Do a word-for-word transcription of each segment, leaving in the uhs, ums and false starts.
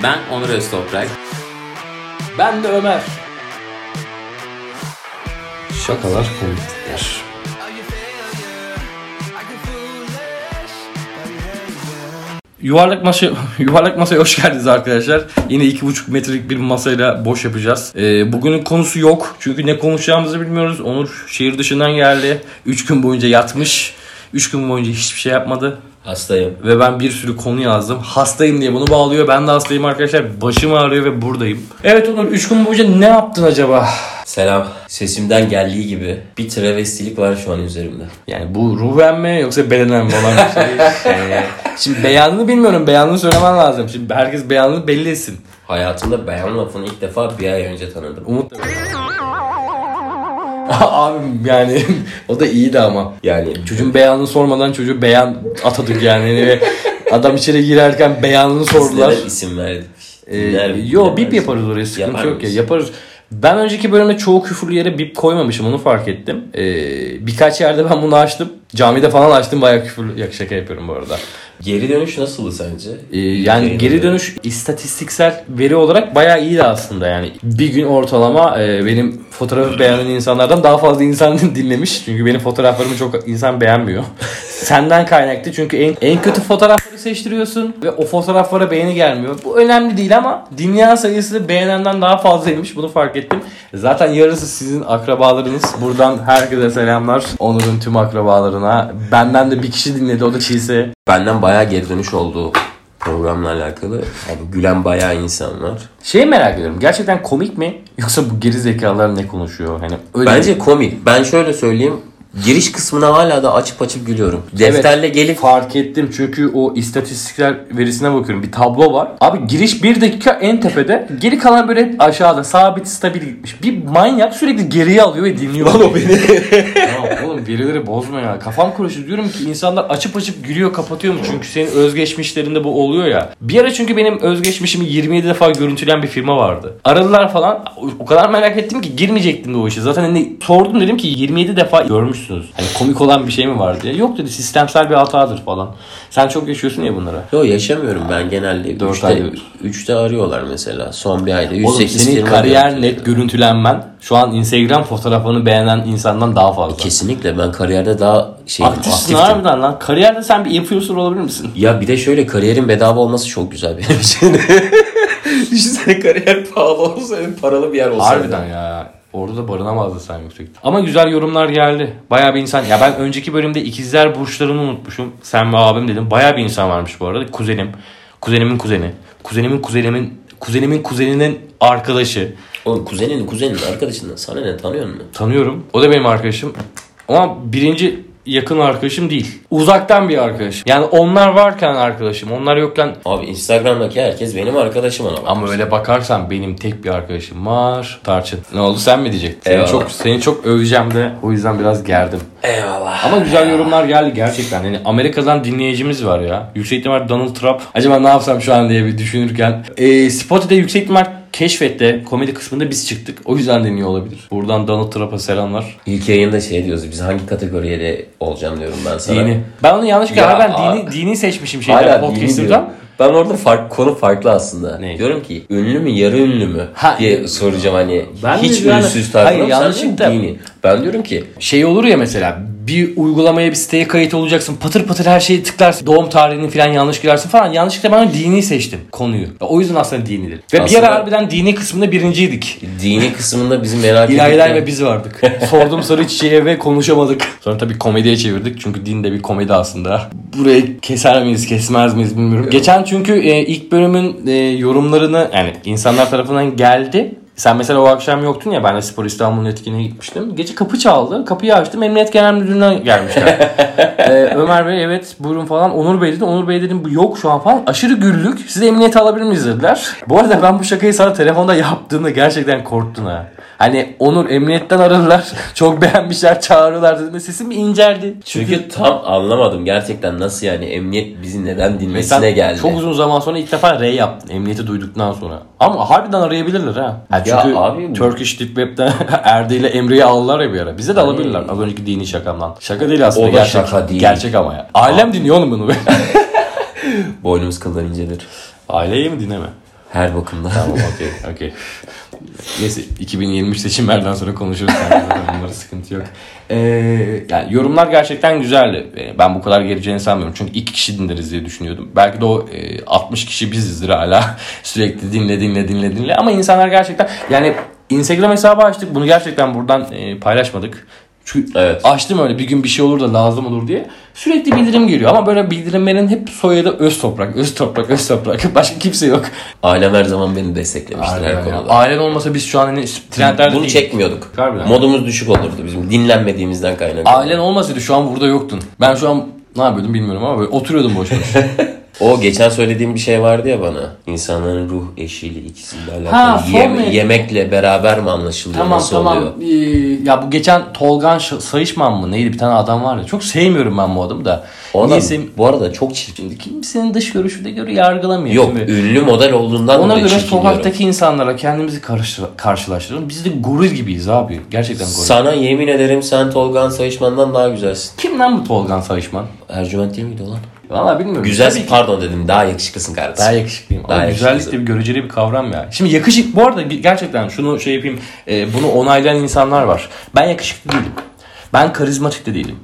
Ben Onur Öztoprak. Ben de Ömer. Şakalar komikler. Yuvarlak masa yuvarlak masaya hoş geldiniz arkadaşlar. Yine iki buçuk metrelik bir masayla boş yapacağız. Ee, bugünün konusu yok. Çünkü ne konuşacağımızı bilmiyoruz. Onur şehir dışından geldi. üç gün boyunca yatmış. üç gün boyunca hiçbir şey yapmadı. Hastayım. Ve ben bir sürü konu yazdım. Hastayım diye bunu bağlıyor. Ben de hastayım arkadaşlar. Başım ağrıyor ve buradayım. Evet Onur, üç gün boyunca ne yaptın acaba? Selam. Sesimden geldiği gibi bir travestilik var şu an üzerimde. Yani bu ruhen mi yoksa bedenen mi olan bir şey? Yani, şimdi beyanını bilmiyorum. Beyanını söylemen lazım. Şimdi herkes beyanını belli etsin. Hayatımda beyan lafını ilk defa bir ay önce tanıdım. Umut da abim yani o da iyiydi ama. Yani çocuğun beyanını sormadan çocuğu beyan atadık yani. Ve adam içeri girerken beyanını sordular. Neden isim verdik? Ee, yo bip yaparız oraya, sıkıntı Yapar yok ya, yaparız. Ben önceki bölümde çoğu küfürlü yere bip koymamışım, onu fark ettim. Ee, birkaç yerde ben bunu açtım. Camide falan açtım, bayağı küfürlü. Ya, şaka yapıyorum bu arada. Geri dönüş nasıldı sence? Ee, yani geri, geri dönüş istatistiksel veri olarak bayağı iyiydi aslında yani. Bir gün ortalama e, benim fotoğrafı beğenen insanlardan daha fazla insan dinlemiş. Çünkü benim fotoğraflarımı çok insan beğenmiyor. Senden kaynaklı, çünkü en, en kötü fotoğrafları seçtiriyorsun ve o fotoğraflara beğeni gelmiyor. Bu önemli değil ama dinleyen sayısı beğenenden daha fazlaymış, bunu fark ettim. Zaten yarısı sizin akrabalarınız. Buradan herkese selamlar. Onur'un tüm akrabalarına. Benden de bir kişi dinledi, o da Çiğse. Benden bayağı geri dönüş oldu programla alakalı. Abi gülen bayağı insan var. Şey merak ediyorum. Gerçekten komik mi? Yoksa bu geri zekalar ne konuşuyor? Hani öyle Bence mi? komik. Ben şöyle söyleyeyim. Giriş kısmına hala da açıp açıp gülüyorum. Defterle evet, gelip... fark ettim çünkü o istatistikler verisine bakıyorum. Bir tablo var. Abi giriş bir dakika en tepede. Geri kalan böyle hep aşağıda. Sabit, stabil gitmiş. Bir manyak sürekli geriye alıyor ve dinliyor. Lan o beni. Ya oğlum verileri bozma ya. Kafam karışıyor. Diyorum ki insanlar açıp açıp gülüyor, kapatıyor mu? Çünkü senin özgeçmişlerinde bu oluyor ya. Bir ara çünkü benim özgeçmişimi yirmi yedi defa görüntüleyen bir firma vardı. Aradılar falan. O kadar merak ettim ki girmeyecektim de o işe. Zaten hani sordum, dedim ki yirmi yedi defa görmüşsünüz. Hani komik olan bir şey mi var diye. Yok dedi, sistemsel bir hatadır falan. Sen çok yaşıyorsun ya bunlara. Yok yaşamıyorum ben genelde. dört üçte arıyorlar mesela. Son bir ayda yüz sekiz. Oğlum senin kariyer net görüntülenmen şu an Instagram fotoğrafını beğenen insandan daha fazla. Kesinlikle ben kariyerde daha şey aktifsin harbiden lan. Kariyerde sen bir influencer olabilir misin? Ya bir de şöyle, kariyerin bedava olması çok güzel benim için. Düşünsene kariyer pahalı olsa, paralı bir yer olsa. Harbiden ya. Orada da barınamazdın sen yüksek. Ama güzel yorumlar geldi. Bayağı bir insan. Ya ben önceki bölümde ikizler burçlarını unutmuşum. Sen ve abim dedim. Bayağı bir insan varmış bu arada. Kuzenim. Kuzenimin kuzeni. Kuzenimin kuzenimin kuzenimin kuzeninin arkadaşı. Oğlum kuzeninin kuzeninin arkadaşından sana ne, tanıyor musun? Tanıyorum. O da benim arkadaşım. Ama birinci yakın arkadaşım değil. Uzaktan bir arkadaşım. Yani onlar varken arkadaşım. Onlar yokken... Abi Instagram'daki herkes benim arkadaşım ona. Ama öyle bakarsan benim tek bir arkadaşım var. Tarçın. Ne oldu, sen mi diyecektin? Eyvallah. Seni çok, seni çok öveceğim de o yüzden biraz gerdim. Eyvallah. Ama güzel yorumlar geldi gerçekten. Yani Amerika'dan dinleyicimiz var ya. Yüksek ihtimal Donald Trump. Acaba ne yapsam şu an diye bir düşünürken. E, Spotify'da yüksek ihtimal Keşfette komedi kısmında biz çıktık. O yüzden dinliyor olabilir. Buradan Donald Trump'a selamlar. İlk yayında şey diyoruz. Biz hangi kategoride olacağım diyorum ben sana. Dini. Ben onu yanlışlıkla ben dini, dini seçmişim şeyden, podcast'tan. Ben orada fark, konu farklı aslında. Ne? Diyorum ki ünlü mü yarı ünlü mü ha, diye soracağım hani. Ben hiç yani, ünsüz tarzı. Hayır yanlışlıkla. Dini. Ben diyorum ki. Şey olur ya mesela, bir uygulamaya bir siteye kayıt olacaksın. Patır patır her şeyi tıklarsın. Doğum tarihini falan yanlış girersin falan. Yanlışlıkla ben dini seçtim konuyu. O yüzden aslında dinidir. Ve aslında, bir ara harbiden dini kısmında birinciydik. Dini kısmında bizim merak ettiğimiz. İlahiler ve biz vardık. Sordum sarı çiçeğe ve konuşamadık. Sonra tabii komediye çevirdik. Çünkü din de bir komedi aslında. Burayı keser miyiz kesmez miyiz bilmiyorum. Geçen çünkü e, ilk bölümün e, yorumlarını yani insanlar tarafından geldi. Sen mesela o akşam yoktun ya, ben de Spor İstanbul'un etkinliğine gitmiştim. Gece kapı çaldı. Kapıyı açtım. Emniyet Genel Müdürlüğü'ne gelmişler. ee, Ömer Bey evet buyurun falan. Onur Bey dedi. Onur Bey dedim bu yok şu an falan. Aşırı güllük. Sizi emniyete alabilir miyiz dediler. Bu arada ben bu şakayı sana telefonda yaptığımda gerçekten korktun ha. Hani Onur emniyetten aradılar. Çok beğenmişler, çağırıyorlar dedim. Sesim inceldi. Çünkü, Çünkü tam anlamadım gerçekten nasıl yani emniyet bizi neden dinmesine geldi. Çok uzun zaman sonra ilk defa R yaptın. Emniyeti duyduktan sonra. Ama harbiden arayabilirler ha. Yani ya çünkü abi, Turkish Deep Web'den Erdi ile Emre'yi aldılar ya bir ara. Bize de yani, alabilirler. Az önceki dini şakamdan. Şaka değil aslında. O da gerçek, şaka değil. Gerçek ama ya. Ailem dinliyor oğlum bunu. Boynumuz kıldan incedir. Aileyi mi dinleme? Her bakımdan. Tamam okey okey. Neyse iki bin yirmi üç seçimlerden sonra konuşuruz. Bunlara sıkıntı yok. Ee, yani yorumlar gerçekten güzeldi. Ben bu kadar geleceğini sanmıyorum. Çünkü iki kişi dinleriz diye düşünüyordum. Belki de o e, altmış kişi bizizdir hala. Sürekli dinle dinle dinle dinle. Ama insanlar gerçekten yani Instagram hesabı açtık. Bunu gerçekten buradan e, paylaşmadık. Çünkü evet. Açtım öyle bir gün bir şey olur da lazım olur diye. Sürekli bildirim geliyor ama böyle bildirimlerin hep soyadı Öztoprak, Öztoprak, Öztoprak. Başka kimse yok. Ailem her zaman beni desteklemiştir her konuda. Ailen olmasa biz şu an hani trendlerde bunu değil. çekmiyorduk. Harbiden. Modumuz düşük olurdu bizim dinlenmediğimizden kaynaklı. Ailen olmasaydı şu an burada yoktun. Ben şu an ne yapıyordum bilmiyorum ama böyle oturuyordum boş boş. O geçen söylediğim bir şey vardı ya bana. İnsanların ruh eşiyle ikisiyle alakalı. Ha, Yeme- yemekle beraber mi anlaşılıyor? Tamam nasıl tamam. oluyor? Ee, ya bu geçen Tolgan Ş- Sayışman mı neydi bir tane adam var ya. Çok sevmiyorum ben bu adamı da. O adam Neyse, bu arada çok çirkin. kimsenin dış görüşüne göre yargılamıyor. Yok Şimdi, ünlü model olduğundan ona dolayı göre çirkin diyorum. sokaktaki insanlara kendimizi karşı, karşılaştıralım. Biz de goril gibiyiz abi. Gerçekten goril. Sana yemin ederim sen Tolgan Sayışman'dan daha güzelsin. Kim lan bu Tolgan Sayışman? Ercüment değil miydi o lan? Valla bilmiyorum. Güzelsin Tabii ki- pardon dedim. Daha yakışıklısın kardeşim. Daha yakışıklıyım. Daha Ama güzellik yakışıklısın. de bir göreceli bir kavram ya. Şimdi yakışık bu arada gerçekten şunu şey yapayım. E, bunu onaylayan insanlar var. Ben yakışıklı değilim. Ben karizmatik de değilim.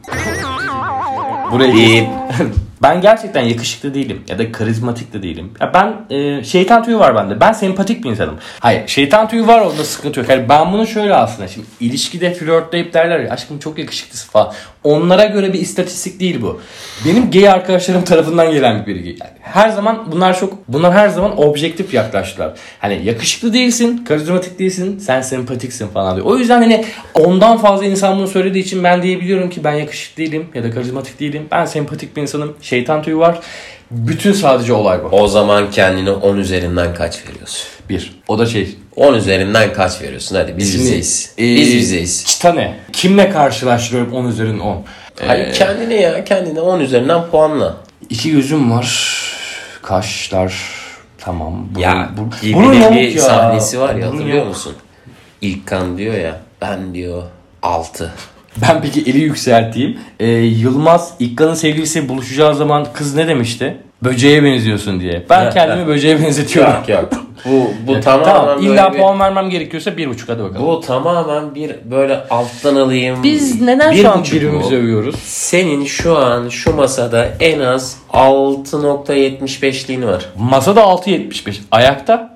Buraya İyi. Ben gerçekten yakışıklı değilim ya da karizmatik de değilim. Ya ben e, şeytan tüyü var bende. Ben sempatik bir insanım. Hayır, şeytan tüyü var onda sıkıntı yok. Yani ben bunu şöyle aslında şimdi ilişkide flörtleyip derler ya aşkım çok yakışıklısın falan. Onlara göre bir istatistik değil bu. Benim gay arkadaşlarım tarafından gelen bir bilgi. Yani her zaman bunlar çok bunlar her zaman objektif yaklaştılar. Hani yakışıklı değilsin, karizmatik değilsin, sen sempatiksin falan diyor. O yüzden hani ondan fazla insan bunu söylediği için ben diyebiliyorum ki ben yakışıklı değilim ya da karizmatik değilim. Ben sempatik bir insanım. Şeytan tüyü var. Bütün sadece olay bu. O zaman kendine on üzerinden kaç veriyorsun? Bir. O da şey. on üzerinden kaç veriyorsun? Hadi biz Şimdi, bizeyiz. e, Biz bizeyiz. Çıta ne? Kimle karşılaştırıyorum on üzerinden on? Hayır Ee, kendine ya. Kendine on üzerinden puanla. İki gözüm var. Kaşlar. Tamam. Burun, Ya bur- burun bir, yamuk bir ya. sahnesi var ya Burun hatırlıyor yamuk. musun? İlkan diyor ya ben diyor altı. Ben peki eli yükselteyim. Ee, Yılmaz İlkan'ın sevgilisi buluşacağı zaman kız ne demişti? Böceğe benziyorsun diye. Ben Evet, kendimi evet. böceğe benzetiyorum. Yok yok. Bu bu Evet, tamamen tamam. böyle İlla bir, puan vermem gerekiyorsa bir buçuk hadi bakalım. bu tamamen bir böyle alttan alayım. Biz neden Bir şu an buçuk birbirimizi mu? övüyoruz? Senin şu an şu masada en az altı nokta yetmiş beşliğin var. Masada altı yetmiş beş. Ayakta?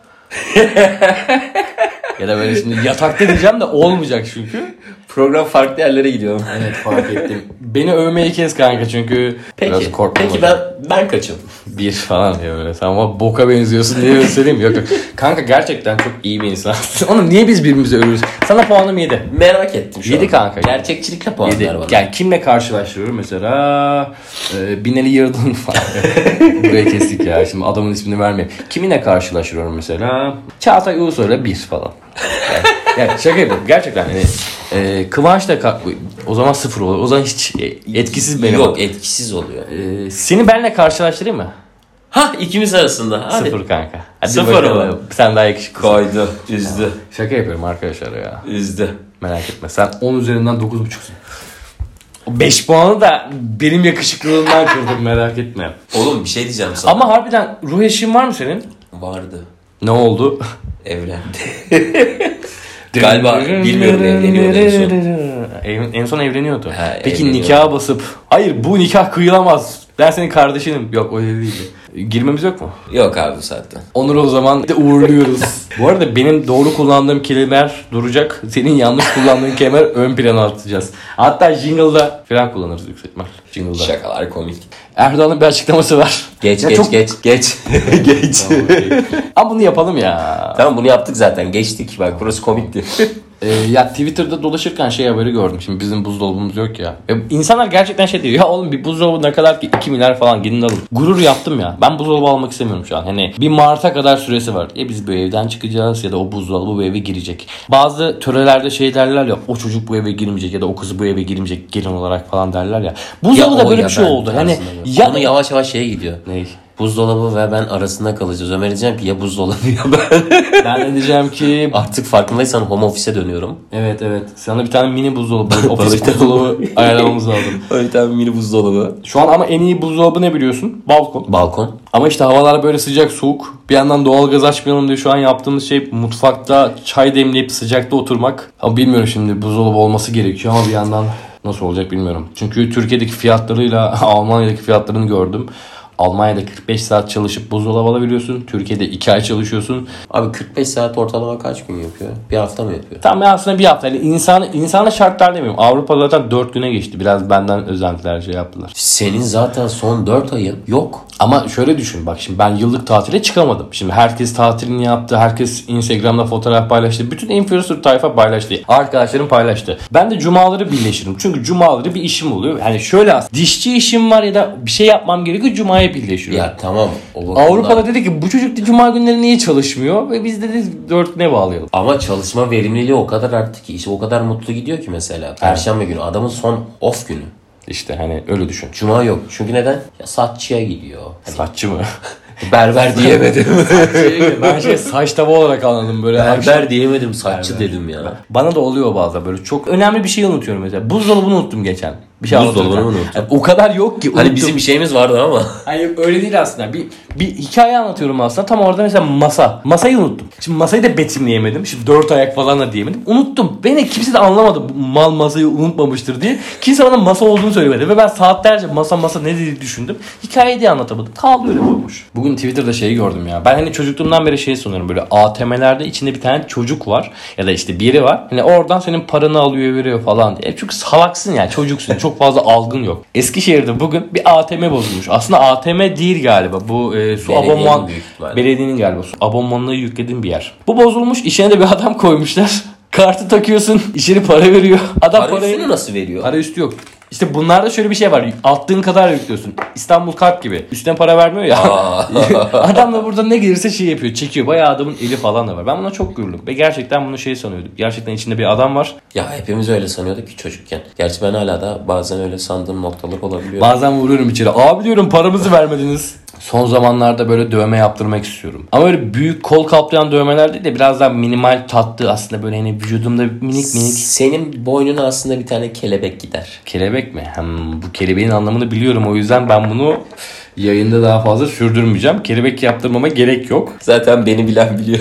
Ya da böyle şimdi yatakta diyeceğim de olmayacak çünkü. Program farklı yerlere gidiyor. Evet fark ettim. Beni övmeyi kes kanka çünkü biraz Peki, korkmam peki hocam. ben ben kaçım? Bir falan diyor böyle. Sen ama boka benziyorsun diye öyle söyleyeyim. Yok yok. Kanka gerçekten çok iyi bir insansın. Oğlum niye biz birbirimizi övüyoruz? Sana puanım yedi. Merak ettim şu Yedi an. kanka. Gerçekçilikle puan Yedi. ver bana. Yani kimle karşılaştırıyorum mesela? E, Binali Yıldırım falan. Buraya kestik ya. Şimdi adamın ismini vermeyeyim. Kiminle karşılaştırıyorum mesela? Çağatay Ulusoy'la bir falan. Yani, yani şaka yapıyorum. Gerçekten hani e, Kıvanç'la ka- o zaman sıfır olur. O zaman hiç e, etkisiz benim. Yok etkisiz oluyor. E, seni benle karşılaştırayım mı? Ha ikimiz arasında. Hadi. Sıfır kanka. Hadi Sıfır bakalım. mı? Sen daha yakışıklısın. Koydu. Üzdü. Şaka yapıyorum arkadaşlar ya. Üzdü. Merak etme. Sen on üzerinden dokuz buçuksun. O beş puanı da benim yakışıklılığımdan kırdım merak etme. Oğlum bir şey diyeceğim sana. Ama harbiden ruh eşin var mı senin? Vardı. Ne oldu? Evlendi. Galiba bilmiyorum evleniyordu en son. En, en son evleniyordu. Ha, Peki evleniyordu. nikaha basıp hayır bu nikah kıyılamaz. Ben senin kardeşinim. Yok öyle değil. Girmemiz yok mu? Yok abi bu saatten. Onur o zaman de uğurluyoruz. Bu arada benim doğru kullandığım kelimeler duracak. Senin yanlış kullandığın kelimeler ön plana atacağız. Hatta jingle'da falan kullanırız yüksek ihtimal. Jingle'da. Şakalar komik. Erdoğan'ın bir açıklaması var. Geç Ya geç çok- geç geç. geç. Tamam, okey. Ama bunu yapalım ya. Tamam bunu yaptık zaten. Geçtik. Bak burası komikti. Ee, ya Twitter'da dolaşırken şey haberi gördüm. Şimdi bizim buzdolabımız yok ya. ya. İnsanlar gerçekten şey diyor. Ya oğlum bir buzdolabı ne kadar ki iki milyar falan gidin alın. Gurur yaptım ya. Ben buzdolabı almak istemiyorum şu an. Hani bir Mart'a kadar süresi var. Ya biz bu evden çıkacağız ya da o buzdolabı bu eve girecek. Bazı törelerde şey derler ya. O çocuk bu eve girmeyecek ya da o kız bu eve girmeyecek gelin olarak falan derler ya. Buzdolabı da o böyle ya bir şey ben oldu. Hani tarzında böyle. ya Onu yavaş yavaş şeye gidiyor. ne? Buzdolabı ve ben arasında kalacağız. Ömer diyeceğim ki ya buzdolabı ya ben. Ben de diyeceğim ki Artık farkındaysan home office'e dönüyorum. evet evet. Sana bir tane mini buzdolabı, ofis buzdolabı ayarlamamız lazım. Bir tane mini buzdolabı. Şu an ama en iyi buzdolabı ne biliyorsun? Balkon. Balkon. Ama işte havalar böyle sıcak soğuk. Bir yandan doğalgaz açmayalım diye şu an yaptığımız şey mutfakta çay demleyip sıcakta oturmak. Ama bilmiyorum şimdi buzdolabı olması gerekiyor ama bir yandan nasıl olacak bilmiyorum. Çünkü Türkiye'deki fiyatlarıyla Almanya'daki fiyatlarını gördüm. Almanya'da kırk beş saat çalışıp buzdolabı alabiliyorsun. Türkiye'de iki ay çalışıyorsun. Abi kırk beş saat ortalama kaç gün yapıyor? Bir hafta mı yapıyor? Tam aslında bir hafta. Yani insan, insana şartlar demiyorum. Avrupa zaten dört güne geçti. Biraz benden özentiler şey yaptılar. Senin zaten son dört ayın yok. Ama şöyle düşün bak şimdi ben yıllık tatile çıkamadım. Şimdi herkes tatilini yaptı. Herkes Instagram'da fotoğraf paylaştı. Bütün influencer tayfa paylaştı. Arkadaşlarım paylaştı. Ben de cumaları birleştiririm. Çünkü cumaları bir işim oluyor. Yani şöyle aslında dişçi işim var ya da bir şey yapmam gerekiyor. Cumaya birleşiyorum. Ya tamam. O Avrupa'da dedi ki bu çocuk da cuma günleri niye çalışmıyor? Ve biz de dört güne bağlayalım. Ama çalışma verimliliği o kadar arttı ki. İşte o kadar mutlu gidiyor ki mesela. Perşembe günü adamın son off günü. İşte hani öyle düşün. Cuma yok. Çünkü neden? Ya saççıya gidiyor. Hani Saççı mı? berber diyemedim. Ben şey saç tava olarak anladım böyle. Berber akşam... diyemedim. Saççı Berber. dedim ya. Bana da oluyor bazen böyle çok önemli bir şey unutuyorum mesela. Buzdolabını unuttum geçen. Bir şey Buzdolabını anlatırken. mı unuttun? Yani o kadar yok ki. Hani unuttum. bizim bir şeyimiz vardı ama. Hani öyle değil aslında. Bir bir hikaye anlatıyorum aslında. Tam orada mesela masa. Masayı unuttum. Şimdi masayı da betimleyemedim. Şimdi dört ayak falan da diyemedim. Unuttum. Beni kimse de anlamadı. Bu mal masayı unutmamıştır diye. Kimse bana masa olduğunu söylemedi. Ve ben saatlerce masa masa ne dediğini düşündüm. Hikayeyi de anlatamadım. Kaldı öyle olmuş. Bugün Twitter'da şeyi gördüm ya. Ben hani çocukluğumdan beri şey sanıyorum. Böyle A T M'lerde içinde bir tane çocuk var. Ya da işte biri var. Hani oradan senin paranı alıyor veriyor falan diye. Çünkü salaksın yani çocuksun. Çok fazla algın yok. Eskişehir'de bugün bir A T M bozulmuş. Aslında A T M değil galiba. Bu e, su Belediyenin abonman büyük ihtimalle. belediyenin galiba su abonmanlığı yüklediğin bir yer. Bu bozulmuş. İçine de bir adam koymuşlar. Kartı takıyorsun. İçeri para veriyor. Adam Para parayı üstünü nasıl veriyor? para üstü yok. İşte bunlarda şöyle bir şey var. Attığın kadar yüklüyorsun. İstanbul kart gibi. Üstten para vermiyor ya. Adam da burada ne gelirse şey yapıyor. Çekiyor. Bayağı adamın eli falan da var. Ben buna çok güldüm. Ve gerçekten bunu şey sanıyordum. Gerçekten içinde bir adam var. Ya hepimiz öyle sanıyorduk ki çocukken. Gerçi ben hala da bazen öyle sandığım noktalar olabiliyor. Bazen vuruyorum içeri. Abi diyorum paramızı vermediniz. Son zamanlarda böyle dövme yaptırmak istiyorum. Ama böyle büyük kol kaplayan dövmeler değil de biraz daha minimal tatlı aslında böyle hani vücudumda minik minik. Senin boynuna aslında bir tane kelebek gider. Kelebek mi? Hmm, bu kelebeğin anlamını biliyorum. O yüzden ben bunu yayında daha fazla sürdürmeyeceğim. Kelebek yaptırmama gerek yok. Zaten beni bilen biliyor.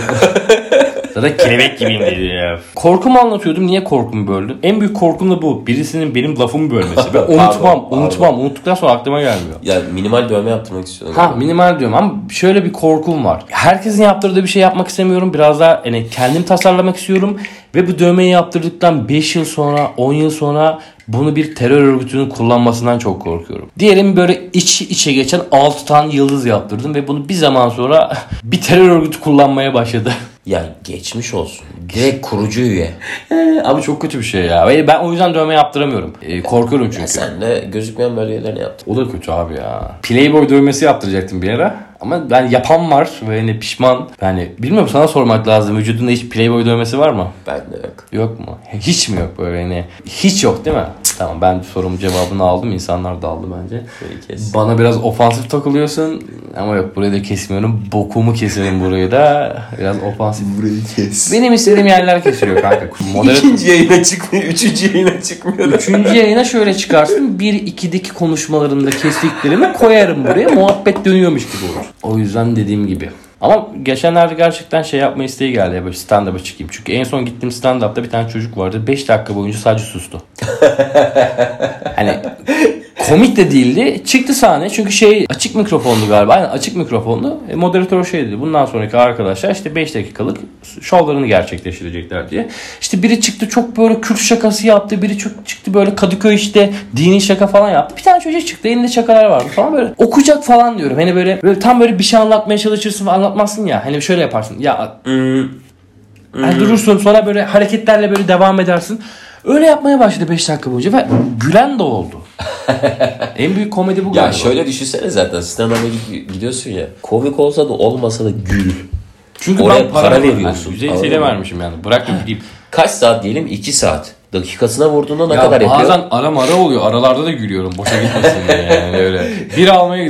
Zaten kelebek gibiyim dedi ya. Korkumu anlatıyordum. Niye korkumu böldün? En büyük korkum da bu. Birisinin benim lafımı bölmesi. Ben unutmam. Pardon, unutmam. pardon. Unuttuktan sonra aklıma gelmiyor. Ya minimal dövme yaptırmak istiyorum. Ha minimal diyorum ama şöyle bir korkum var. Herkesin yaptırdığı bir şey yapmak istemiyorum. Biraz daha yani kendim tasarlamak istiyorum. Ve bu dövmeyi yaptırdıktan beş yıl sonra, on yıl sonra bunu bir terör örgütünün kullanmasından çok korkuyorum. Diyelim böyle iç içe geçen altı tane yıldız yaptırdım ve bunu bir zaman sonra bir terör örgütü kullanmaya başladı. Ya geçmiş olsun. Direkt kurucu üye. Abi çok kötü bir şey ya. Ben o yüzden dövme yaptıramıyorum. Ee, korkuyorum çünkü. Ya sen de gözükmeyen bölgelerini yaptın. O da kötü abi ya. Playboy dövmesi yaptıracaktım bir ara. Ama ben yapan var ve hani pişman. Yani bilmiyorum sana sormak lazım. Vücudunda hiç Playboy dövmesi var mı? Bende yok. Yok mu? Hiç mi yok böyle hani? Hiç yok değil mi? Tamam ben sorumun cevabını aldım. İnsanlar da aldı bence. Kes. Bana biraz ofansif takılıyorsun. Ama yok burayı da kesmiyorum. Bokumu keserim burayı da. Biraz ofansif. Burayı kes. Benim istediğim yerler kesiliyor kanka. Moderat... İkinci yayına çıkmıyor. Üçüncü yayına çıkmıyor. Üçüncü yayına şöyle çıkarsın. bir ikideki konuşmalarımda kestiklerimi koyarım buraya. Muhabbet dönüyormuş gibi olur. O yüzden dediğim gibi. Ama geçenlerde gerçekten şey yapma isteği geldi ya böyle stand-up'a çıkayım. Çünkü en son gittiğim stand-up'ta bir tane çocuk vardı. beş dakika boyunca sadece sustu. Hani komik de değildi. Çıktı sahneye çünkü şey açık mikrofonlu galiba. Aynen açık mikrofonlu. E, moderatör şey dedi. Bundan sonraki arkadaşlar işte beş dakikalık şovlarını gerçekleştirecekler diye. İşte biri çıktı çok böyle Kürt şakası yaptı. Biri çok çıktı böyle Kadıköy işte dini şaka falan yaptı. Bir tane çocuk çıktı. Elinde şakalar vardı falan böyle. Okuyacak falan diyorum. Hani böyle, böyle tam böyle bir şey anlatmaya çalışırsın ve anlatmazsın ya. Hani şöyle yaparsın. Ya hmm, hani durursun sonra böyle hareketlerle böyle devam edersin. Öyle yapmaya başladı beş dakika boyunca ve gülen de oldu. En büyük komedi bu galiba. Ya şöyle düşünsene zaten stand-up'a gidiyorsun ya. Komik olsa da olmasa da gül. Çünkü oraya ben para, para veriyorsun. yüz elli T L vermişim yani. Bırak da gideyim. Kaç saat diyelim? iki saat. Dakikasına vurduğunda ne ya kadar yapıyor? Bazen aram ara oluyor. Aralarda da gülüyorum. Boşa gitmesin diye yani öyle. Bir almaya gidiyorum.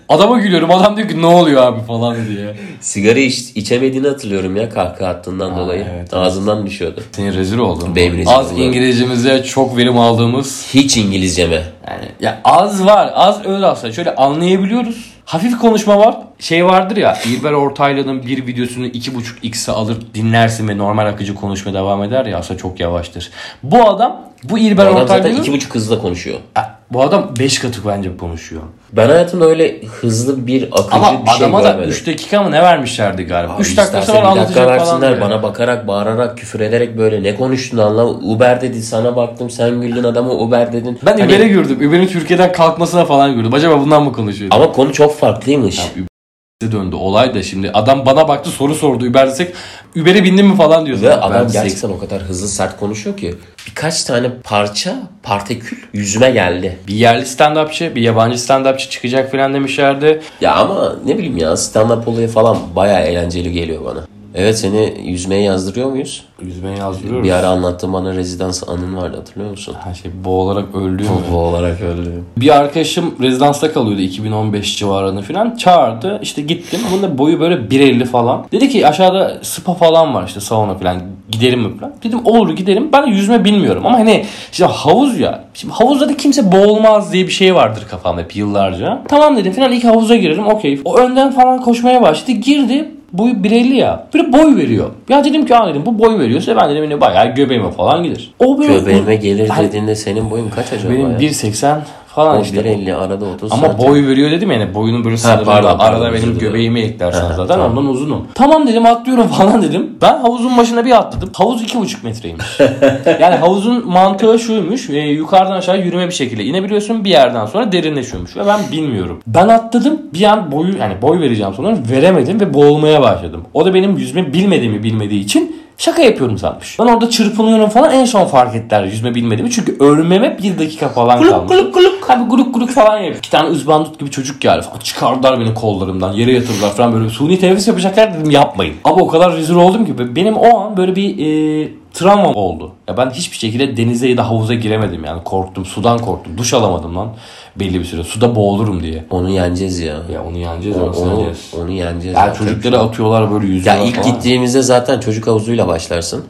Adama gülüyorum. Adam diyor ki ne oluyor abi falan diye. Sigara iç, içemediğini hatırlıyorum ya kahkaha attığından Aa, dolayı. evet, Ağzından evet. düşüyordu. Senin rezil oldun. Benim rezil Az oldum. İngilizcemize çok verim aldığımız. Hiç İngilizceme. Yani ya az var. Az öyle aslında. Şöyle anlayabiliyoruz. Hafif konuşma var. Şey vardır ya, İlber Ortaylı'nın bir videosunu iki buçuk x'e alır dinlersin ve normal akıcı konuşmaya devam eder ya, aslında çok yavaştır. Bu adam, bu İlber Ortaylı'nın... Ortaylı'nın... zaten iki buçuk hızla konuşuyor. Bu adam beş katı bence konuşuyor. Ben hayatımda öyle hızlı bir akıcı ama bir şey görmedim. Ama adama da üç dakika mı ne vermişlerdi galiba? üç dakika sonra anlatacak versinler, falan diye. Bana bakarak, bağırarak, küfür ederek böyle ne konuştun anla. Uber dedi, sana baktım, sen güldün, adama Uber dedin. Ben hani... Uber'e güldüm. Uber'in Türkiye'den kalkmasına falan güldüm. Acaba bundan mı konuşuyordu? Ama konu çok farklıymış. Yani döndü olay da şimdi. Adam bana baktı, soru sordu. Uber desek Uber'e bindin mi falan diyorsun. Ve adam gerçekten o kadar hızlı sert konuşuyor ki birkaç tane parça, partikül yüzüme geldi. Bir yerli stand-upçı, bir yabancı stand-upçı çıkacak falan demişlerdi. Ya ama ne bileyim ya, stand-up olayı falan bayağı eğlenceli geliyor bana. Evet, seni yüzmeye yazdırıyor muyuz? Yüzmeye yazdırıyoruz. Bir ara anlattığım bana rezidans anın vardı, hatırlıyor musun? Her şey boğularak öldüğüm. Boğularak öldüğüm. Bir arkadaşım rezidansta kalıyordu iki bin on beş civarında falan. Çağırdı, işte gittim. Bunun da boyu böyle bir elli falan. Dedi ki aşağıda spa falan var, işte sauna falan. Gidelim mi falan. Dedim olur gidelim. Ben de yüzme bilmiyorum ama hani işte havuz ya. Şimdi havuzda da kimse boğulmaz diye bir şey vardır kafamda hep yıllarca. Tamam dedim falan, ilk havuza girelim, okey. O önden falan koşmaya başladı. Girdi. Boyu bir elli ya. Bir boy veriyor. Ya dedim ki dedim bu boy veriyorsa ben dedim yine bayağı göbeğime falan gelir. O böyle, göbeğime gelir ben, dediğinde senin boyun kaç acaba benim ya? bir seksen falan o işte. bir elli arada otuz ama zaten. boy veriyor dedim yani, boyunun böyle sınırında arada pardon, benim göbeğimi eklersen ha, zaten tamam. Ondan uzunum. Tamam dedim, atlıyorum falan dedim. Ben havuzun başına bir atladım. Havuz iki buçuk metreymiş. Yani havuzun mantığı şuymuş. E, yukarıdan aşağı yürüme bir şekilde inebiliyorsun, bir yerden sonra derinleşiyormuş. Ve ben bilmiyorum. Ben atladım. Bir an boyu yani boy vereceğim sonra veremedim ve boğulmaya başladım. O da benim yüzme bilmediğimi bilmediği için şaka yapıyorum sanmış. Ben orada çırpınıyorum falan, en son fark ettiler yüzme bilmediğimi. Çünkü ölmeme bir dakika falan kuluk, kalmış. Kuluk kuluk Abi guluk guluk falan yapıyor. İki tane üzbandut gibi çocuk geldi falan. Çıkardılar beni kollarımdan. Yere yatırdılar falan, böyle suni teneffüs yapacaklar, dedim yapmayın. Abi o kadar rezil oldum ki. Benim o an böyle bir e, travma oldu. Ya ben hiçbir şekilde denize ya da havuza giremedim yani. Korktum. Sudan korktum. Duş alamadım lan. Belli bir süre. Suda boğulurum diye. Onu yeneceğiz ya. Ya onu yeneceğiz. O, onu, onu, yeneceğiz. onu yeneceğiz. Yani çocukları atıyorlar böyle yüzüyorlar ya ilk falan. gittiğimizde zaten çocuk havuzuyla başlarsın.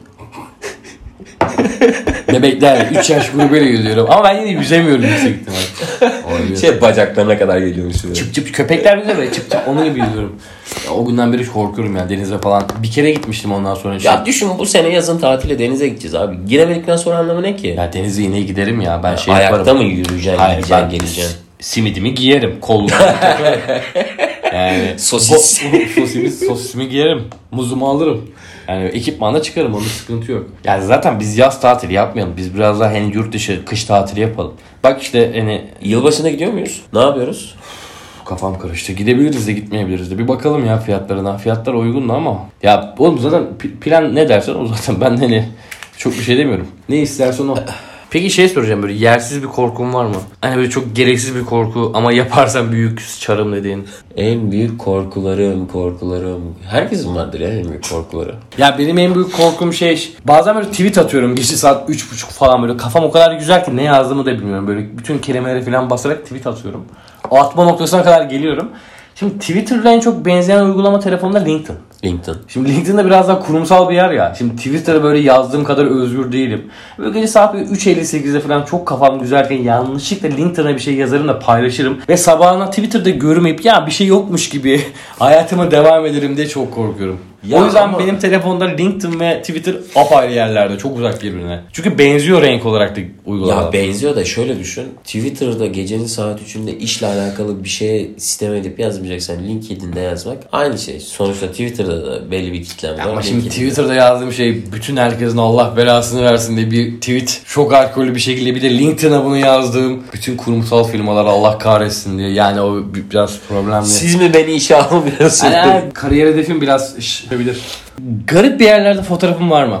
Bebekler üç yaş grubuyla yüzüyorum. Ama ben yine yüzemiyorum yüksek ihtimal. Şey bacaklarına kadar geliyormuş. Çıp çıp köpekler bile böyle çıp çıp onun gibi yüzüyorum. Ya, o günden beri korkuyorum yani denize falan. Bir kere gitmiştim ondan sonra. Şey... Ya düşün, bu sene yazın tatile denize gideceğiz abi. Giremedikten sonra anlamı ne ki? Ya denize yine giderim ya. Ben ya, şey ayakta yaparım. mı yürüyeceksin, Hayır, gideceksin, ben geleceksin? Simidimi giyerim. Kolluğumu takarım. Yani sosis. Bo- sosis, sosisimi giyerim. Muzumu alırım. Yani ekipmanla çıkarım, onda sıkıntı yok. Yani zaten biz yaz tatili yapmayalım. Biz biraz daha hani yurt dışı kış tatili yapalım. Bak işte hani yılbaşına gidiyor muyuz? Ne yapıyoruz? Kafam karıştı. Gidebiliriz de gitmeyebiliriz de. Bir bakalım ya fiyatlarına. Fiyatlar uygun da ama. Ya oğlum zaten plan ne dersen o zaten. Ben hani çok bir şey demiyorum. Ne istersen o. Peki şey soracağım, böyle yersiz bir korkun var mı? Hani böyle çok gereksiz bir korku ama yaparsan büyük sıçarım dediğin. En büyük korkularım, korkularım. Herkesin vardır ya en büyük korkuları. Ya benim en büyük korkum şey, bazen böyle tweet atıyorum gece saat üç buçuk falan, böyle kafam o kadar güzel ki ne yazdığımı da bilmiyorum. Böyle bütün kelimeleri falan basarak tweet atıyorum. O atma noktasına kadar geliyorum. Şimdi Twitter'la en çok benzeyen uygulama telefonda LinkedIn. LinkedIn. Şimdi LinkedIn'de biraz daha kurumsal bir yer ya. Şimdi Twitter'da böyle yazdığım kadar özgür değilim. Böyle gece saat üç elli sekizde falan çok kafam güzelken yanlışlıkla LinkedIn'a bir şey yazarım da paylaşırım. Ve sabahına Twitter'da görmeyip ya bir şey yokmuş gibi hayatıma devam ederim diye çok korkuyorum. Ya o yüzden ama... benim telefonda LinkedIn ve Twitter apayrı yerlerde, çok uzak birbirine. Çünkü benziyor renk olarak da uygulamalar. Ya benziyor da şöyle düşün. Twitter'da gecenin saat üçünde işle alakalı bir şeye sistem edip yazmayacaksan LinkedIn'de yazmak aynı şey. Sonuçta Twitter'da da belli bir kitlem var. Ama şimdi Twitter'da yazdığım şey bütün herkesin Allah belasını versin diye bir tweet. Çok alkollü bir şekilde bir de LinkedIn'a bunu yazdığım bütün kurumsal firmalar Allah kahretsin diye. Yani o biraz problemli. Siz mi beni işe almıyorsunuz? Yani kariyer hedefim biraz iş yapabilir. Garip bir yerlerde fotoğrafım var mı?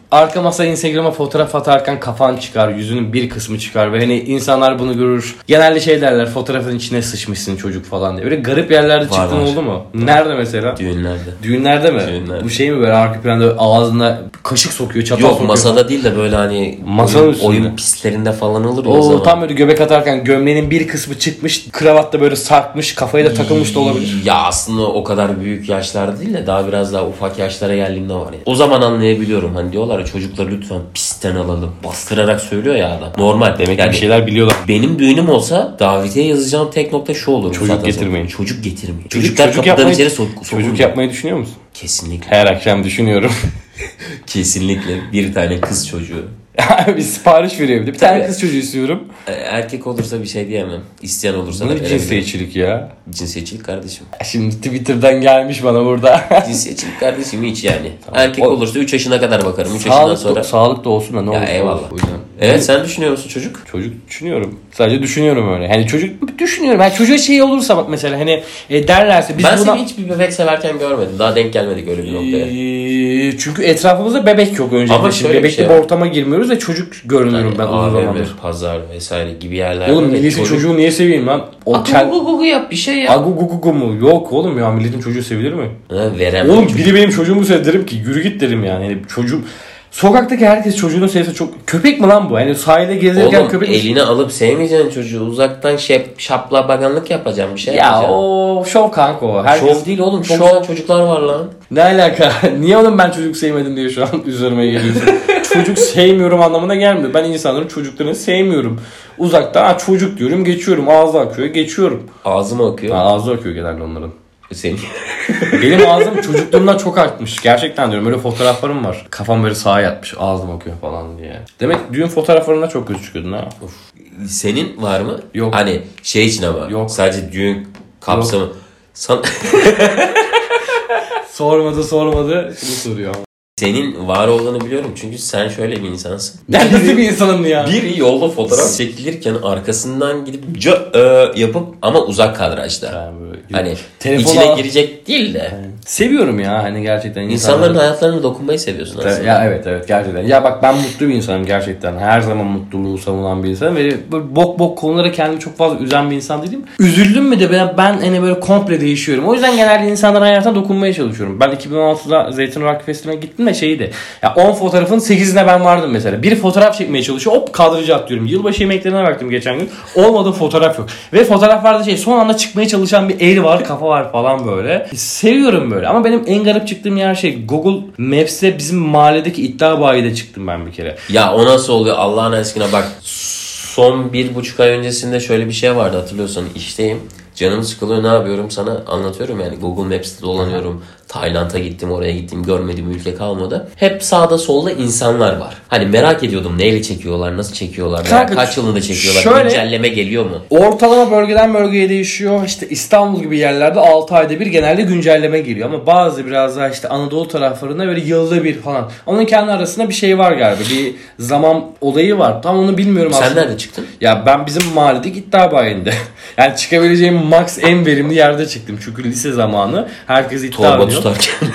arka masa Instagram'a fotoğraf atarken kafan çıkar, yüzünün bir kısmı çıkar ve hani insanlar bunu görür. Genelde şey derler, fotoğrafın içine sıçmışsın çocuk falan diye. Böyle garip yerlerde var, çıktın var. Oldu mu? Nerede mesela? Düğünlerde. Düğünlerde mi? Düğünlerde. Bu şey mi böyle arka planda ağzına kaşık sokuyor, çatal Yok, sokuyor? Yok masada falan değil de böyle hani oyun, oyun pistlerinde falan olur ya o zaman. Tam böyle göbek atarken gömleğinin bir kısmı çıkmış, kravatta böyle sarkmış, kafayı da takılmış da olabilir. Ya aslında o kadar büyük yaşlarda değil de daha biraz daha ufak yaşlara geldiğimde var ya. O zaman anlayabiliyorum. Hani diyorlar ya çocukları lütfen pistten alalım. Bastırarak söylüyor ya adam. Normal demek yani bir şeyler biliyorlar. Benim düğünüm olsa davetiye yazacağım tek nokta şu olur. Çocuk getirmeyin. Çocuk getirmeyin. Çocuk, Çocuklar çocuk kapıdan yapmayı, içeri sok. Çocuk yapmayı düşünüyor musun? Kesinlikle. Her akşam düşünüyorum. Kesinlikle bir tane kız çocuğu. Bir sipariş veriyor bir de. Bir tane kız çocuğu istiyorum. Erkek olursa bir şey diyemem. İsteyen olursa bu da verebilirim. Cinsiyetçilik ya. Cinsiyetçilik kardeşim. Şimdi Twitter'dan gelmiş bana burada. Cinsiyetçilik kardeşim hiç yani. Tamam. Erkek o, olursa üç yaşına kadar bakarım. üç yaşından sonra. Da, sağlık da olsun da ne olur. Ya eyvallah. Evet, sen düşünüyor musun çocuk? Çocuk düşünüyorum. Sadece düşünüyorum öyle. Hani çocuk düşünüyorum. Yani çocuğa şey olursa bak mesela hani e, derlerse biz ben buna... seni hiç bir bebek severken görmedim. Daha denk gelmedik öyle bir noktaya. Ee, çünkü etrafımızda bebek yok önce. Ama şöyle bebekli bir, şey bir ortama girmiyoruz ve çocuk görünüyorum yani, ben uzun zamandır. Pazar vesaire gibi yerlerde. Oğlum milletin çocuk... çocuğu niye seveyim lan? Agu gugu yap bir şey yap. Agu gugu mu? Yok oğlum ya, milletin çocuğu sevilir mi? Ha, veremem. Oğlum çocuk. Biri benim çocuğumu sevdirim ki yürü git derim yani. yani çocuğum... Sokaktaki herkes çocuğunu sevse çok... Köpek mi lan bu? Yani sahilde gezerken oğlum, köpek... eline alıp sevmeyeceksin çocuğu. Uzaktan şep, şapla baganlık yapacağım bir şey ya yapacaksın. Ya o şov kanka o. Herkes... Şov değil oğlum. Çok şov... güzel çocuklar var lan. Ne alaka? Niye oğlum ben çocuk sevmedim diye şu an üzerime geliyorsun? Çocuk sevmiyorum anlamına gelmiyor. Ben insanların çocuklarını sevmiyorum. Uzaktan ha, çocuk diyorum geçiyorum. Ağzı akıyor geçiyorum. Ağzı mı akıyor? Ha, ağzı akıyor genelde onların. Senin. Benim ağzım çocukluğumdan çok artmış. Gerçekten diyorum, öyle fotoğraflarım var. Kafam böyle sağa yatmış, ağzım akıyor falan diye. Demek düğün fotoğraflarında çok göz çıkıyordun ha. Of. Senin var mı? Yok. Hani şey için ama. Yok. Sadece düğün kapsamı. San... sormadı sormadı. Şimdi soruyor ama. Senin var olduğunu biliyorum çünkü sen şöyle bir insansın. Ben nasıl bir insanım ya? Bir yolda fotoğraf çekilirken arkasından gidip ca, e, yapıp ama uzak kadrajda. Yani hani telefona... içine girecek değil de. Yani. Seviyorum ya hani gerçekten. İnsanların insanları... hayatlarına dokunmayı seviyorsun aslında. Ya evet evet gerçekten. Ya bak ben mutlu bir insanım gerçekten. Her zaman mutluluğu savunan bir insanım. Ve bok bok konulara kendimi çok fazla üzen bir insan değilim. Üzüldüm mü de ben, ben hani böyle komple değişiyorum. O yüzden genelde insanların hayatına dokunmaya çalışıyorum. Ben iki bin on altıda Zeytin Rock Festival'e gittim. Şeydi. Ya on fotoğrafın sekizine ben vardım mesela. Bir fotoğraf çekmeye çalışıyor. Hop kadrajı atlıyorum. Yılbaşı yemeklerine baktım geçen gün. Olmadı fotoğraf yok. Ve fotoğraflarda şey son anda çıkmaya çalışan bir el var, kafa var falan böyle. Seviyorum böyle. Ama benim en garip çıktığım yer şey Google Maps'te bizim mahalledeki iddia bayide çıktım ben bir kere. Ya o nasıl oluyor Allah'ın aşkına bak. Son bir buçuk ay öncesinde şöyle bir şey vardı hatırlıyorsan. İşteyim. Canım sıkılıyor ne yapıyorum sana anlatıyorum yani. Google Maps'te dolanıyorum. Tayland'a gittim, oraya gittim, görmediğim ülke kalmadı. Hep sağda solda insanlar var. Hani merak ediyordum neyle çekiyorlar, nasıl çekiyorlar, Kanka, kaç yılında çekiyorlar, şöyle, güncelleme geliyor mu? Ortalama bölgeden bölgeye değişiyor. İşte İstanbul gibi yerlerde altı ayda bir genelde güncelleme geliyor. Ama bazı biraz daha işte Anadolu taraflarında böyle yılda bir falan. Onun kendi arasında bir şey var galiba. Bir zaman olayı var. Tam onu bilmiyorum Sen aslında. Sen nerede çıktın? Ya ben bizim mahalledeki iddia bayinde. Yani çıkabileceğim max en verimli yerde çıktım. Çünkü lise zamanı herkes iddia ediyor. Tutarken.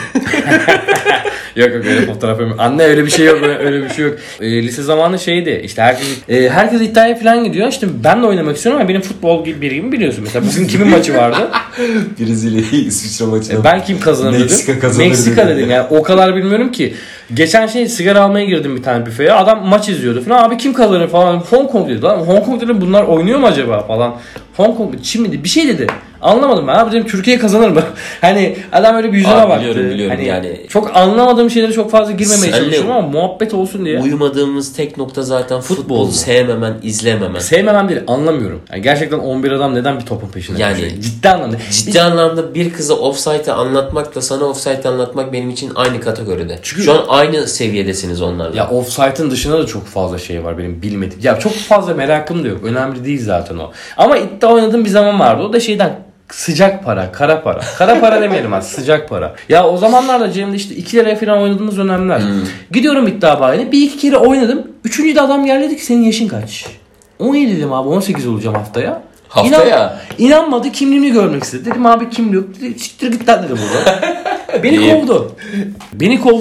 yok yok öyle fotoğraf yok. Anne öyle bir şey yok, öyle bir şey yok. E, lise zamanı şeydi işte herkes e, herkes iddiaya falan gidiyor. İşte ben de oynamak istiyorum ama benim futbol gibi biri gibi biliyorsun. Mesela bugün kimin maçı vardı? Brezilya İsviçre maçı. E, ben kim kazanır dedim. Meksika kazanır Meksika dedim. Yani o kadar bilmiyorum ki. Geçen şey sigara almaya girdim bir tane büfeye. Adam maç izliyordu falan. Abi kim kazanır falan. Hong Kong dedi lan. Hong Kong dedim bunlar oynuyor mu acaba falan. Hong Kong Çin miydi? Bir şey dedi. Anlamadım ben. Abi dedim Türkiye kazanır mı? Hani adam öyle bir yüzüne Abi, baktı. Biliyorum biliyorum hani yani. Çok anlamadığım şeyleri çok fazla girmemeye çalışıyorum ama muhabbet olsun diye. Uyumadığımız tek nokta zaten futbol. futbol sevmemen, izlememen. Sevmemem değil, anlamıyorum. Yani gerçekten on bir adam neden bir topun peşinde? Yani koşuyor? ciddi anlamda. Ciddi Biz... anlamda bir kıza offside'ı anlatmakla sana offside'ı anlatmak benim için aynı kategoride. Çünkü şu an aynı seviyedesiniz onlarla. Ya offside'ın dışında da çok fazla şey var benim bilmediğim. Ya çok fazla merakım da yok. Önemli değil zaten o. Ama iddia oynadığım bir zaman vardı. O da şeyden sıcak para, kara para. Kara para demeyelim aslında, sıcak para. Ya o zamanlarda Cem'de işte iki liraya falan oynadığımız dönemler. Hmm. Gidiyorum iddia bayine. Bir iki kere oynadım. Üçüncü de adam geldi dedi ki senin yaşın kaç? on yedi dedim abi, on sekiz olacağım haftaya. Haftaya? İnan, inanmadı, kimliğimi görmek istedi. Dedim abi kimliği yok. Dedi, siktir git lan dedi burada. Beni kovdu. Beni kovdu.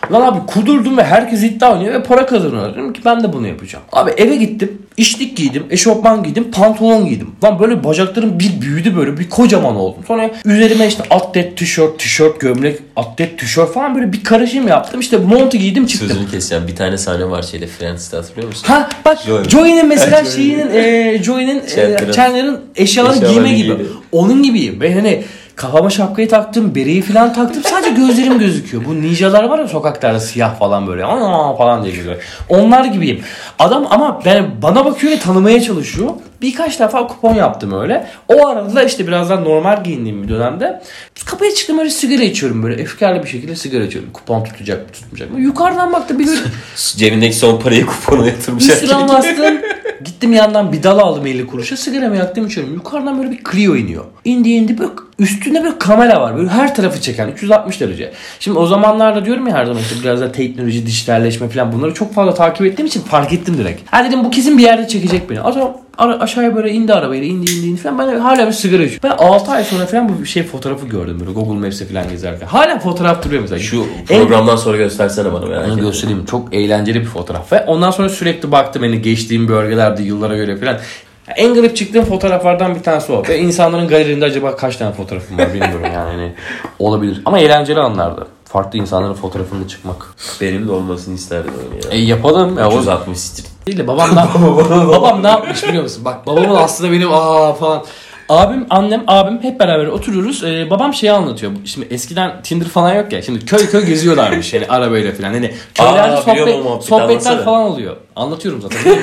Lan abi kudurdum ve herkes iddia oynuyor ve para kazanıyor. Dedim ki ben de bunu yapacağım. Abi eve gittim. İşlik giydim. Eşofman giydim. Pantolon giydim. Lan böyle bacaklarım bir büyüdü, böyle bir kocaman oldum. Sonra üzerime işte atlet tişört, tişört, gömlek, atlet tişört falan böyle bir karışım yaptım. İşte montu giydim çıktım. Sözünü keseceğim. Bir tane sahne var şeyde, Friends'te, hatırlıyor musun? Ha bak Joey'nin mesela şeyinin e, Joey'nin e, Chandler'ın eşyaları giyme gibi. Giydi. Onun gibiyim. Ben hani kafama şapkayı taktım, bereyi falan taktım. Sadece gözlerim gözüküyor. Bu ninjalar var ya sokaklarda siyah falan böyle. Aa falan diye geliyor. Onlar gibiyim. Adam ama ben, bana bakıyor ve tanımaya çalışıyor. Birkaç defa kupon yaptım öyle. O arada da işte birazdan normal giyindiğim bir dönemde kapıya çıktım, öyle sigara içiyorum böyle. Efkarlı bir şekilde sigara içiyorum. Kupon tutacak mı tutmayacak mı? Yukarıdan baktım bir böyle. Cebindeki son parayı kupona yatırmış. Üstüne bastım. Gittim yandan bir dal aldım elli kuruşa. Sigaramı yaktım içiyorum. Yukarıdan böyle bir Clio iniyor. İndi indi böyle üstünde böyle kamera var. Böyle her tarafı çeken üç yüz altmış derece. Şimdi o zamanlarda diyorum ya her zaman işte biraz da teknoloji, dijitalleşme falan bunları çok fazla takip ettiğim için fark ettim direkt. Ha dedim bu kesin bir yerde çekecek beni. Adam ara, aşağıya böyle indi arabayla indi indi indi falan. Ben hala bir sigara içiyorum. Ben altı ay sonra falan bu şey fotoğrafı gördüm böyle Google Maps'te falan gezerken. Hala fotoğraf duruyor mesela. Şu programdan en... sonra göstersene bana, merak ettim. Göstereyim. Çok eğlenceli bir fotoğraf. Ve ondan sonra sürekli baktım hani geçtiğim bölgelerde yıllara göre falan. En garip çıktığım fotoğraflardan bir tanesi o. Ve insanların galerinde acaba kaç tane fotoğrafım var bilmiyorum yani. Hani olabilir. Ama eğlenceli anlardı. Farklı insanların fotoğrafında çıkmak. Benim de olmasını isterdim öyle ya. E yapalım. üç yüz altmış street. Değil de babam da babam ne yapmış biliyor musun? Bak babamın aslında benim aa falan. Abim, annem, abim hep beraber oturuyoruz. Ee, babam şeyi anlatıyor. Şimdi eskiden Tinder falan yok ya. Şimdi köy köy geziyorlarmış yani arabayla falan. Hani köylerde Aa, sohbet, sohbetler falan oluyor. Anlatıyorum zaten.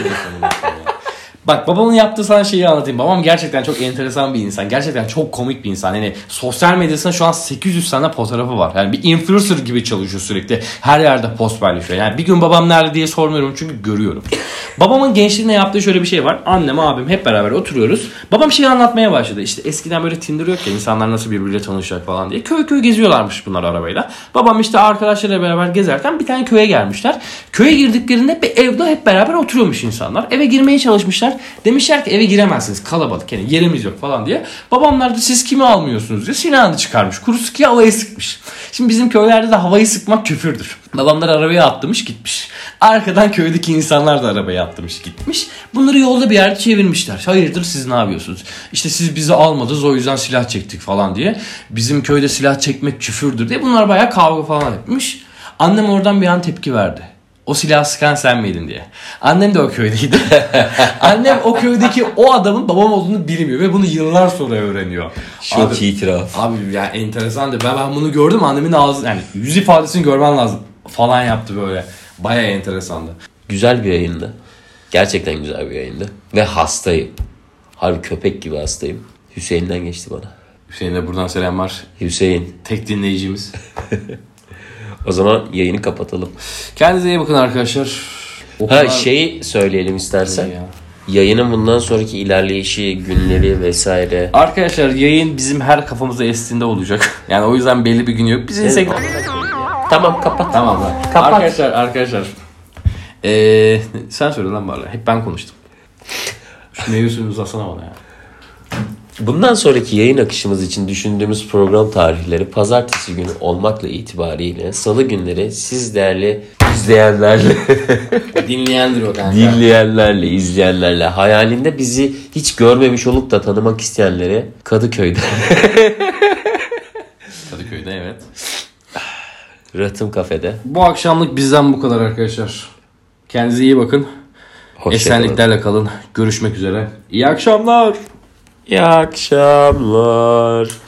Bak babamın yaptığı sana şeyi anlatayım. Babam gerçekten çok enteresan bir insan. Gerçekten çok komik bir insan. Hani sosyal medyasında şu an sekiz yüz tane fotoğrafı var. Yani bir influencer gibi çalışıyor sürekli. Her yerde post paylaşıyor. Yani bir gün babam nerede diye sormuyorum çünkü görüyorum. Babamın gençliğinde yaptığı şöyle bir şey var. Annem, abim hep beraber oturuyoruz. Babam şeyi anlatmaya başladı. İşte eskiden böyle Tinder yok ya, insanlar nasıl birbiriyle tanışacak falan diye. Köy köy geziyorlarmış bunlar arabayla. Babam işte arkadaşlarıyla beraber gezerken bir tane köye gelmişler. Köye girdiklerinde bir evde hep beraber oturuyormuş insanlar. Eve girmeye çalışmışlar. Demişler ki eve giremezsiniz, kalabalık yani yerimiz yok falan diye. Babamlar da siz kimi almıyorsunuz diye silahını çıkarmış. Kuru sıkıya havayı sıkmış. Şimdi bizim köylerde de havayı sıkmak küfürdür. Babamlar arabaya atlamış gitmiş. Arkadan köydeki insanlar da arabaya atlamış gitmiş. Bunları yolda bir yerde çevirmişler. Hayırdır siz ne yapıyorsunuz? İşte siz bizi almadınız o yüzden silah çektik falan diye. Bizim köyde silah çekmek küfürdür diye. Bunlar bayağı kavga falan etmiş. Annem oradan bir an tepki verdi. O silahı sıkan sen miydin diye. Annem de o köydeydi. Annem o köydeki o adamın babam olduğunu bilmiyor ve bunu yıllar sonra öğreniyor. Çok abi, itiraf. Abi ya enteresandı. Ben, ben bunu gördüm, annemin ağzı yani yüz ifadesini görmen lazım falan yaptı böyle. Bayağı enteresandı. Güzel bir yayındı. Gerçekten güzel bir yayındı. Ve hastayım. Harbi köpek gibi hastayım. Hüseyin'den geçti bana. Hüseyin'e buradan selamlar. Hüseyin. Tek dinleyicimiz. O zaman yayını kapatalım. Kendinize iyi bakın arkadaşlar. O ha kadar... şeyi söyleyelim istersen. Ya. Yayının bundan sonraki ilerleyişi, günleri vesaire. Arkadaşlar yayın bizim her kafamıza estiğinde olacak. Yani o yüzden belli bir gün yok. Biz insek... Tamam kapat. Tamam lan. Kapat. Arkadaşlar arkadaşlar. Ee, sen söyle lan bari. Hep ben konuştum. Şu meyvesini uzasana bana ya. Bundan sonraki yayın akışımız için düşündüğümüz program tarihleri pazartesi günü olmakla itibariyle salı günleri siz değerli izleyenlerle dinleyendir o kanka. Dinleyenlerle, izleyenlerle hayalinde bizi hiç görmemiş olup da tanımak isteyenlere Kadıköy'de. Kadıköy'de evet. Rıhtım Kafede. Bu akşamlık bizden bu kadar arkadaşlar. Kendinize iyi bakın. Hoşça Esenliklerle kalın. kalın. Görüşmek üzere. İyi akşamlar. İyi akşamlar.